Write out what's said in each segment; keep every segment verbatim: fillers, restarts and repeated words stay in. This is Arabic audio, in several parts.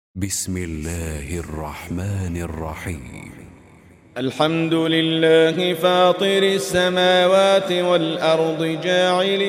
بسم الله الرحمن الرحيم. الحمد لله فاطر السماوات والأرض جاعل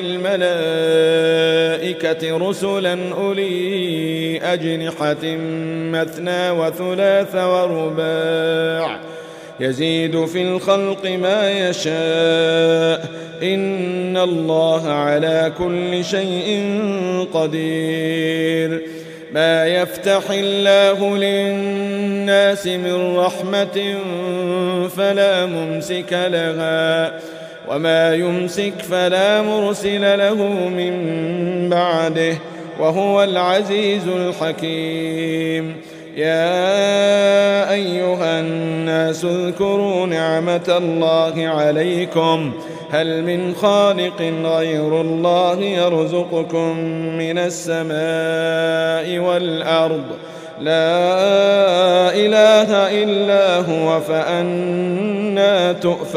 الملائكة رسلا أولي أجنحة مثنى وثلاث ورباع يزيد في الخلق ما يشاء إن الله على كل شيء قدير. ما يفتح الله للناس من رحمة فلا ممسك لها وما يمسك فلا مرسل له من بعده وهو العزيز الحكيم. يا أيها الناس اذكروا نعمة الله عليكم هل من خالق غير الله يرزقكم من السماء والأرض لا إله إلا هو فأنى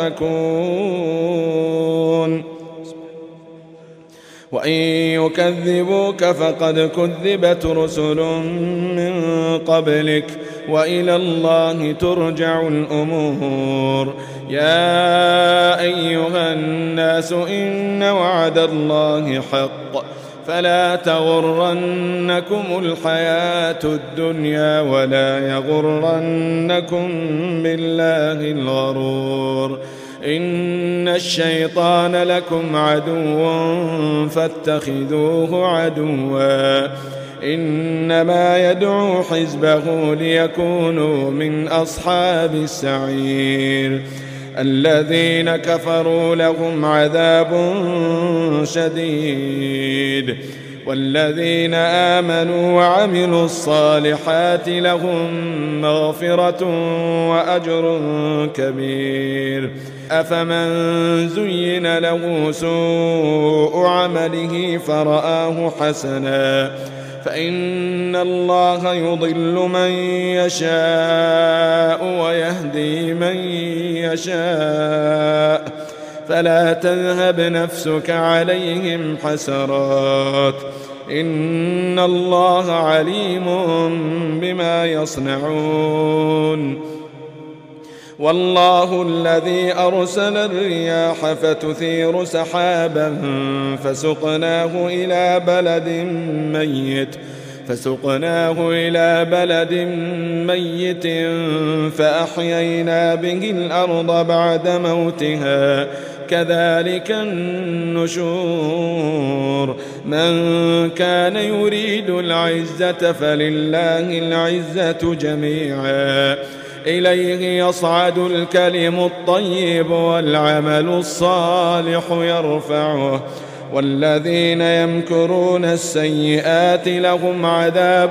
تؤفكون. وإن يكذبوك فقد كذبت رسل من قبلك وإلى الله ترجع الأمور. يا أيها الناس إن وعد الله حق فلا تغرنكم الحياة الدنيا ولا يغرنكم بالله الغرور. إن الشيطان لكم عدو فاتخذوه عدوا إنما يدعو حزبه ليكونوا من أصحاب السعير. الذين كفروا لهم عذاب شديد والذين آمنوا وعملوا الصالحات لهم مغفرة وأجر كبير. أفمن زين له سوء عمله فرآه حسنا فإن الله يضل من يشاء ويهدي من يشاء فلا تذهب نفسك عليهم حسرات إن الله عليم بما يصنعون. والله الذي أرسل الرياح فتثير سحابا فسقناه إلى بلد ميت فسقناه إلى بلد ميت فأحيينا به الأرض بعد موتها كذلك النشور. من كان يريد العزة فلله العزة جميعا إليه يصعد الكلم الطيب والعمل الصالح يرفعه والذين يمكرون السيئات لهم عذاب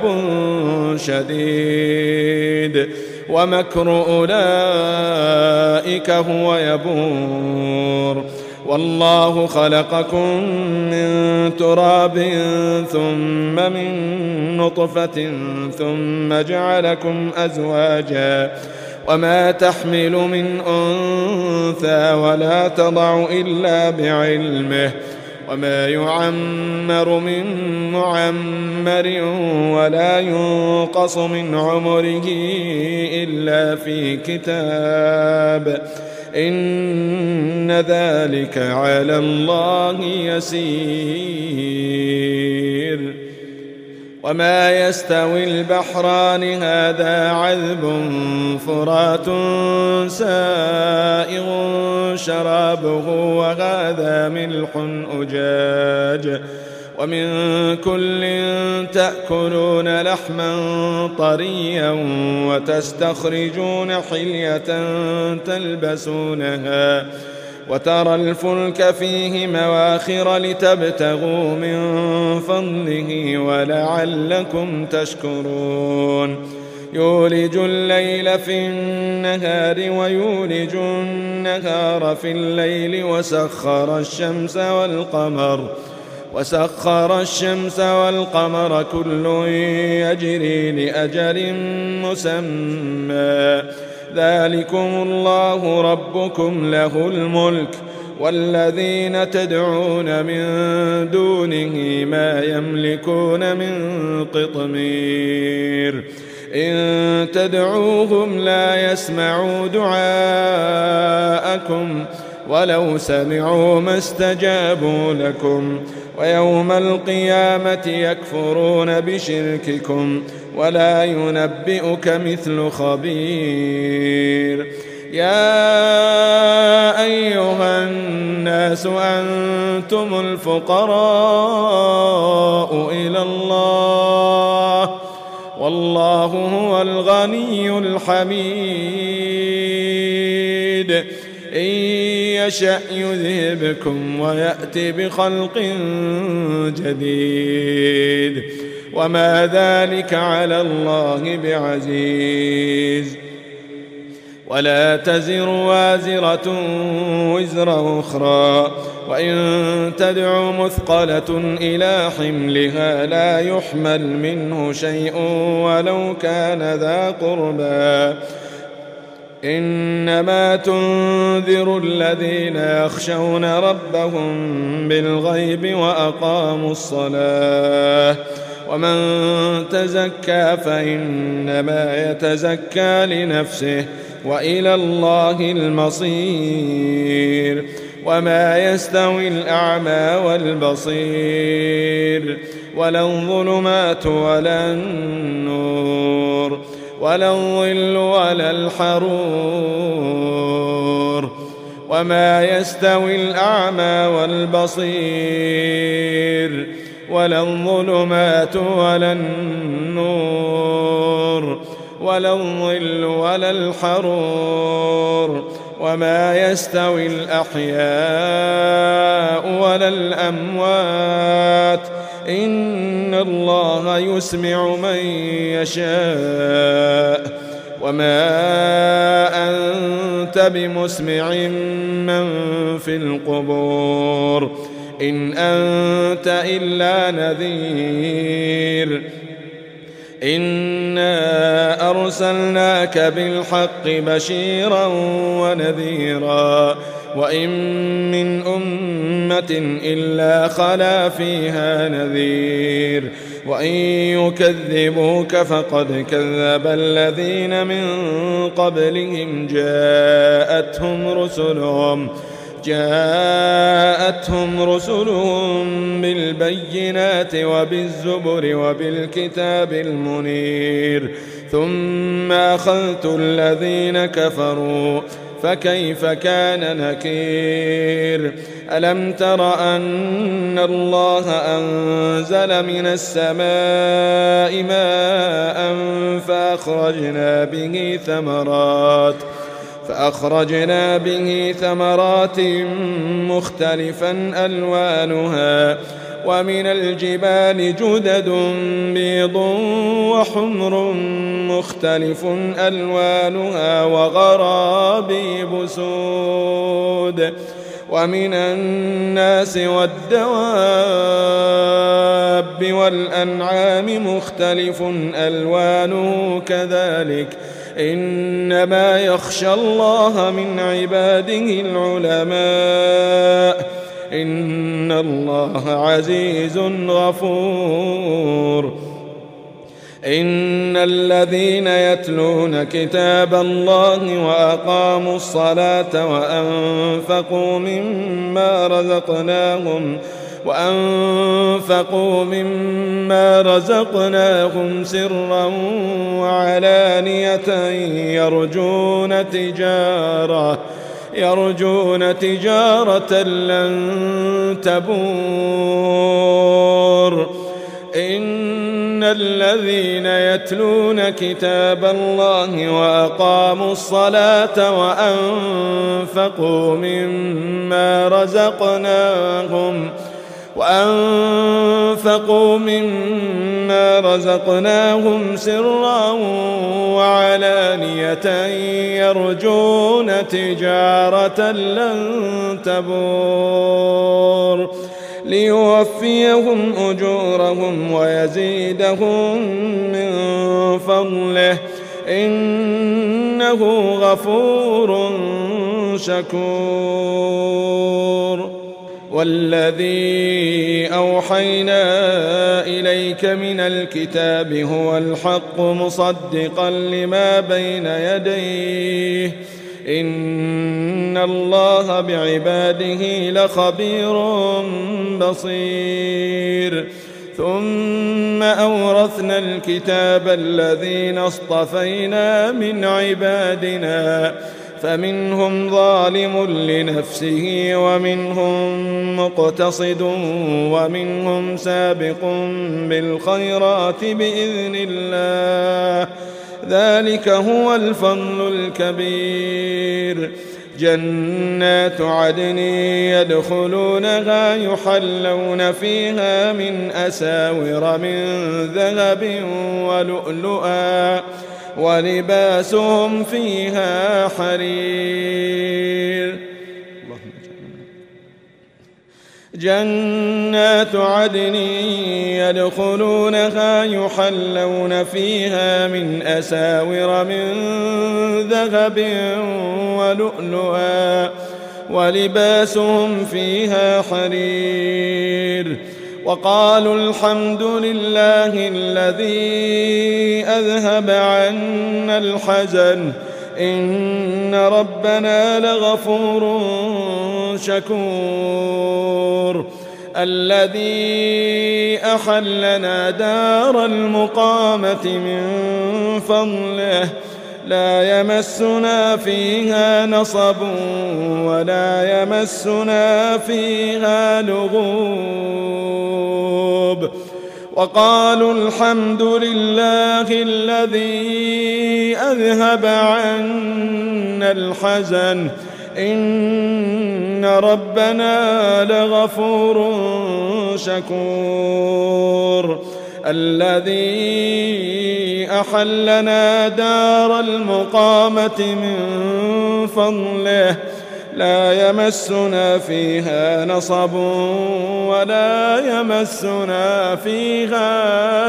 شديد ومكر أولئك هو يبور. والله خلقكم من تراب ثم من نطفة ثم جعلكم أزواجا وما تحمل من أنثى ولا تضع إلا بعلمه وما يعمر من معمر ولا ينقص من عمره إلا في كتاب إن ذلك على الله يسير. وما يستوي البحران هذا عذب فرات سائغ شرابه وهذا ملح أجاج ومن كل تأكلون لحما طريا وتستخرجون حلية تلبسونها وترى الفلك فيه مواخر لتبتغوا من فضله ولعلكم تشكرون. يولج الليل في النهار ويولج النهار في الليل وسخر الشمس والقمر وسخر الشمس والقمر كل يجري لأجل مسمى ذلكم الله ربكم له الملك والذين تدعون من دونه ما يملكون من قطمير إن تدعوهم لا يسمعوا دعاءكم ولو سمعوا ما استجابوا لكم ويوم القيامة يكفرون بشرككم ولا ينبئك مثل خبير. يا أيها الناس أنتم الفقراء إلى الله والله هو الغني الحميد. إن يشأ يذهبكم ويأتي بخلق جديد وما ذلك على الله بعزيز. ولا تزر وازرة وزر أخرى وإن تدع مثقلة إلى حملها لا يحمل منه شيء ولو كان ذا قربى إنما تنذر الذين يخشون ربهم بالغيب وأقاموا الصلاة ومن تزكى فإنما يتزكى لنفسه وإلى الله المصير. وما يستوي الأعمى والبصير ولا الظلمات ولا النور ولا الظل ولا الحرور. وما يستوي الأعمى والبصير ولا الظلمات ولا النور ولا الظل ولا الحرور. وما يستوي الأحياء ولا الأموات إن الله يسمع من يشاء وما أنت بمسمع من في القبور إن أنت إلا نذير. إنا أرسلناك بالحق بشيرا ونذيرا وإن من أمة إلا خلا فيها نذير وإن يكذبوك فقد كذب الذين من قبلهم جاءتهم رسلهم جاءتهم رسلهم بالبينات وبالزبر وبالكتاب المنير ثم أخذت الذين كفروا فكيف كان نكير. ألم تر أن الله أنزل من السماء ماء فأخرجنا به ثمرات فأخرجنا به ثمرات مختلفا ألوانها ومن الجبال جدد بيض وحمر مختلف ألوانها وغرابيب سود ومن الناس والدواب والأنعام مختلف ألوانه كذلك إنما يخشى الله من عباده العلماء إن الله عزيز غفور. إن الذين يتلون كتاب الله وأقاموا الصلاة وأنفقوا مما رزقناهم وأنفقوا مما رزقناهم سرا وعلانية يرجون تجارة يرجون تجارة لن تبور. إن الذين يتلون كتاب الله وأقاموا الصلاة وأنفقوا مما رزقناهم وأنفقوا مما رزقناهم سرا وعلانية يرجون تجارة لن تبور ليوفيهم أجورهم ويزيدهم من فضله إنه غفور شكور. والذي أوحينا إليك من الكتاب هو الحق مصدقا لما بين يديه إن الله بعباده لخبير بصير ثم أورثنا الكتاب الذين اصطفينا من عبادنا فمنهم ظالم لنفسه ومنهم مقتصد ومنهم سابق بالخيرات بإذن الله ذلك هو الفضل الكبير جنات عدن يدخلونها يحلون فيها من أساور من ذهب ولؤلؤا ولباسهم فيها حرير جنات عدن يدخلونها يحلون فيها من أساور من ذهب ولؤلؤا ولباسهم فيها حرير وقالوا الحمد لله الذي أذهب عنا الحزن إن ربنا لغفور شكور الذي أحلنا دار المقامة من فضله لا يمسنا فيها نصب ولا يمسنا فيها لغوب وقالوا الحمد لله الذي أذهب عنا الحزن إن ربنا لغفور شكور الذي أحلنا دار المقامة من فضله لا يمسنا فيها نصب ولا يمسنا فيها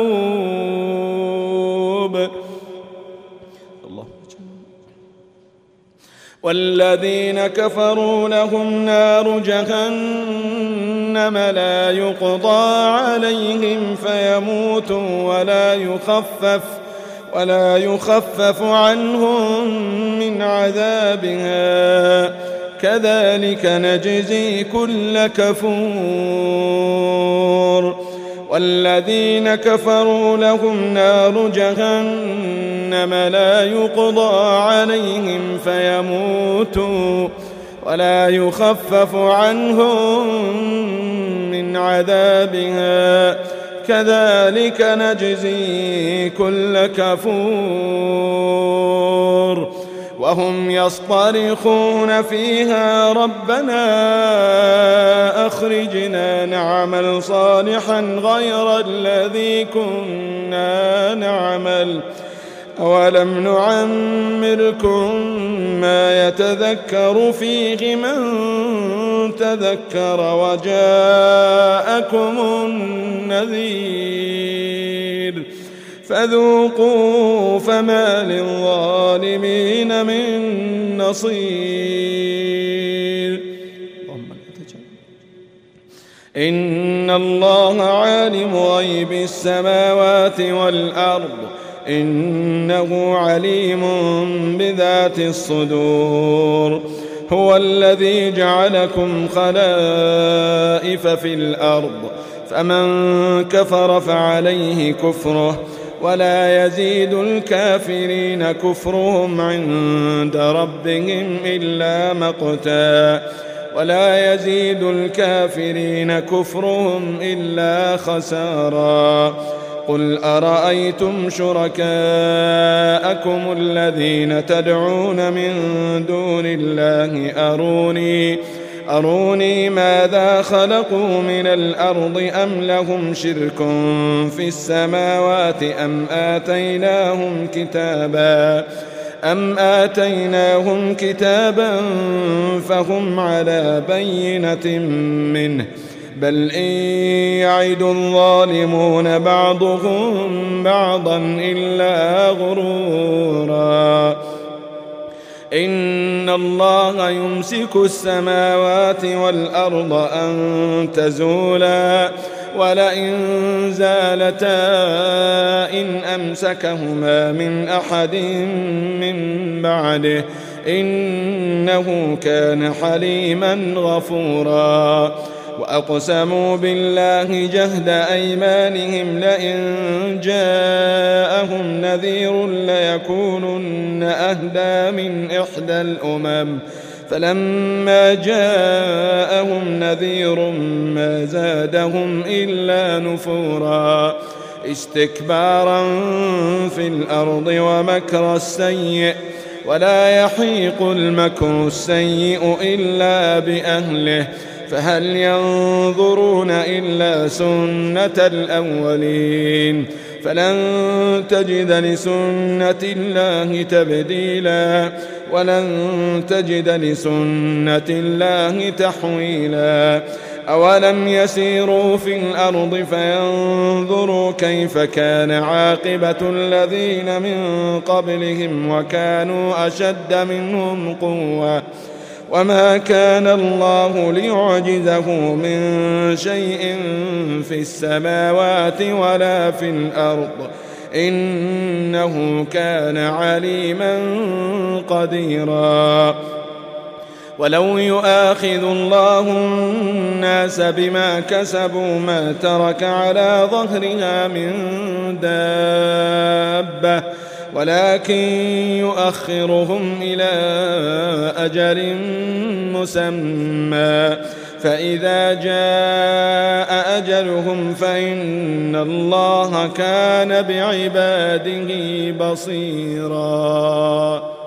لغوب والذين كفروا لهم نار جهنم لا يقضى عليهم فيموتوا ولا يخفف ولا يخفف عنهم من عذابها كذلك نجزي كل كفور والذين كفروا لهم نار جهنم لا يقضى عليهم فيموتوا ولا يخفف عنهم من عذابها كذلك نجزي كل كفور وهم يصطرخون فيها ربنا أخرجنا نعمل صالحا غير الذي كنا نعمل أولم نعمركم ما يتذكر فيه من تذكر وجاءكم النذير فذوقوا فما للظالمين من نصير إن الله عالم غيب السماوات والأرض إنه عليم بذات الصدور هو الذي جعلكم خلائف في الأرض فمن كفر فعليه كفره ولا يزيد الكافرين كفرهم عند ربهم إلا مقتا ولا يزيد الكافرين كفرهم إلا خسارا قل أرأيتم شركاءكم الذين تدعون من دون الله أروني أروني ماذا خلقوا من الأرض أم لهم شرك في السماوات أم آتيناهم كتابا أم آتيناهم كتابا فهم على بينة منه بل إن يعد الظالمون بعضهم بعضا إلا غرورا إن الله يمسك السماوات والأرض أن تزولا ولئن زالتا إن أمسكهما من أحد من بعده إنه كان حليما غفورا وأقسموا بالله جهد أيمانهم لئن جاءهم نذير ليكونن أهدى من إحدى الأمم فلما جاءهم نذير ما زادهم إلا نفورا استكبارا في الأرض ومكر السيء ولا يحيق المكر السيء إلا بأهله فهل ينظرون إلا سنة الأولين فلن تجد لسنة الله تبديلا ولن تجد لسنة الله تحويلا أولم يسيروا في الأرض فينظروا كيف كان عاقبة الذين من قبلهم وكانوا أشد منهم قوة وما كان الله ليعجزه من شيء في السماوات ولا في الأرض إنه كان عليما قديرا ولو يؤاخذ الله الناس بما كسبوا ما ترك على ظهرها من دابة ولكن يؤخرهم إلى أجل مسمى فإذا جاء أجلهم فإن الله كان بعباده بصيراً.